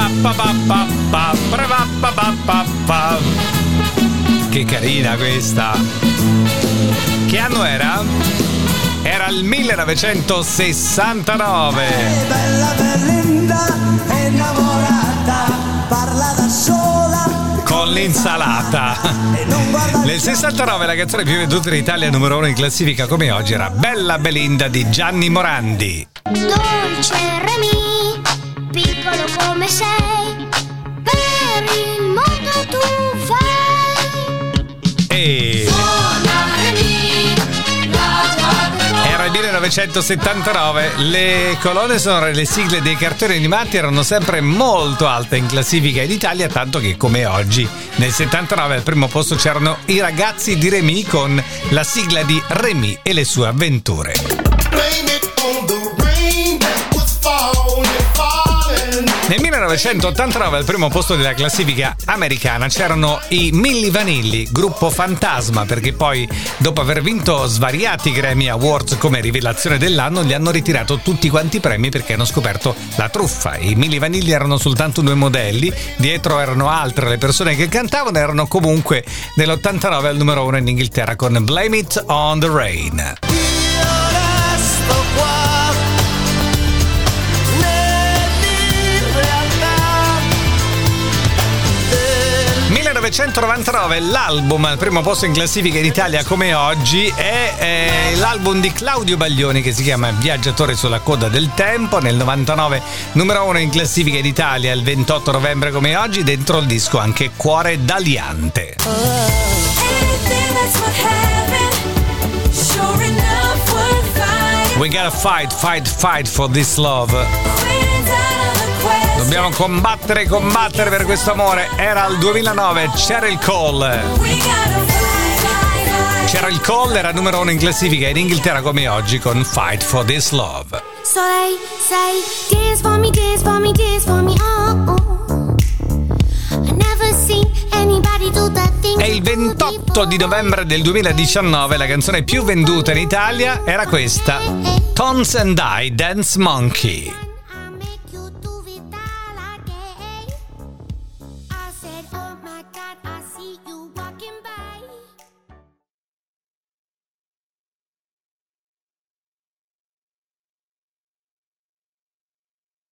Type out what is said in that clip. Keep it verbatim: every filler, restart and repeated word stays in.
Che carina questa. Che anno era? Era il millenovecentosessantanove. Bella Belinda è innamorata, parla da sola con l'insalata. Nel sessantanove la canzone più venduta in Italia, numero uno in classifica come oggi, era Bella Belinda di Gianni Morandi. Dolce Remi, piccolo come sei, per il mondo tu fai. E era il millenovecentosettantanove, le colonne sonore e le sigle dei cartoni animati erano sempre molto alte in classifica in Italia, tanto che come oggi nel settantanove al primo posto c'erano i Ragazzi di Remi con la sigla di Remi e le sue avventure. Nel millenovecentottantanove al primo posto della classifica americana c'erano i Milli Vanilli, gruppo fantasma, perché poi dopo aver vinto svariati Grammy Awards come rivelazione dell'anno gli hanno ritirato tutti quanti i premi perché hanno scoperto la truffa. I Milli Vanilli erano soltanto due modelli, dietro erano altre le persone che cantavano, erano comunque nell'ottantanove al numero uno in Inghilterra con Blame It on the Rain. millenovecentonovantanove l'album al primo posto in classifica in Italia come oggi è, è l'album di Claudio Baglioni che si chiama Viaggiatore sulla coda del tempo. Nel novantanove numero uno in classifica in Italia il ventotto novembre come oggi, dentro il disco anche Cuore d'Aliante. We gotta fight, fight, fight for this love. Dobbiamo combattere, combattere per questo amore. Era il duemilanove, Cheryl Cole. Cheryl Cole era numero uno in classifica in Inghilterra come oggi con Fight for This Love. So they say, dance for me, dance for me, dance for me, oh, oh. I never seen anybody do that thing. E il ventotto di novembre del duemiladiciannove la canzone più venduta in Italia era questa, Tones and I, Dance Monkey.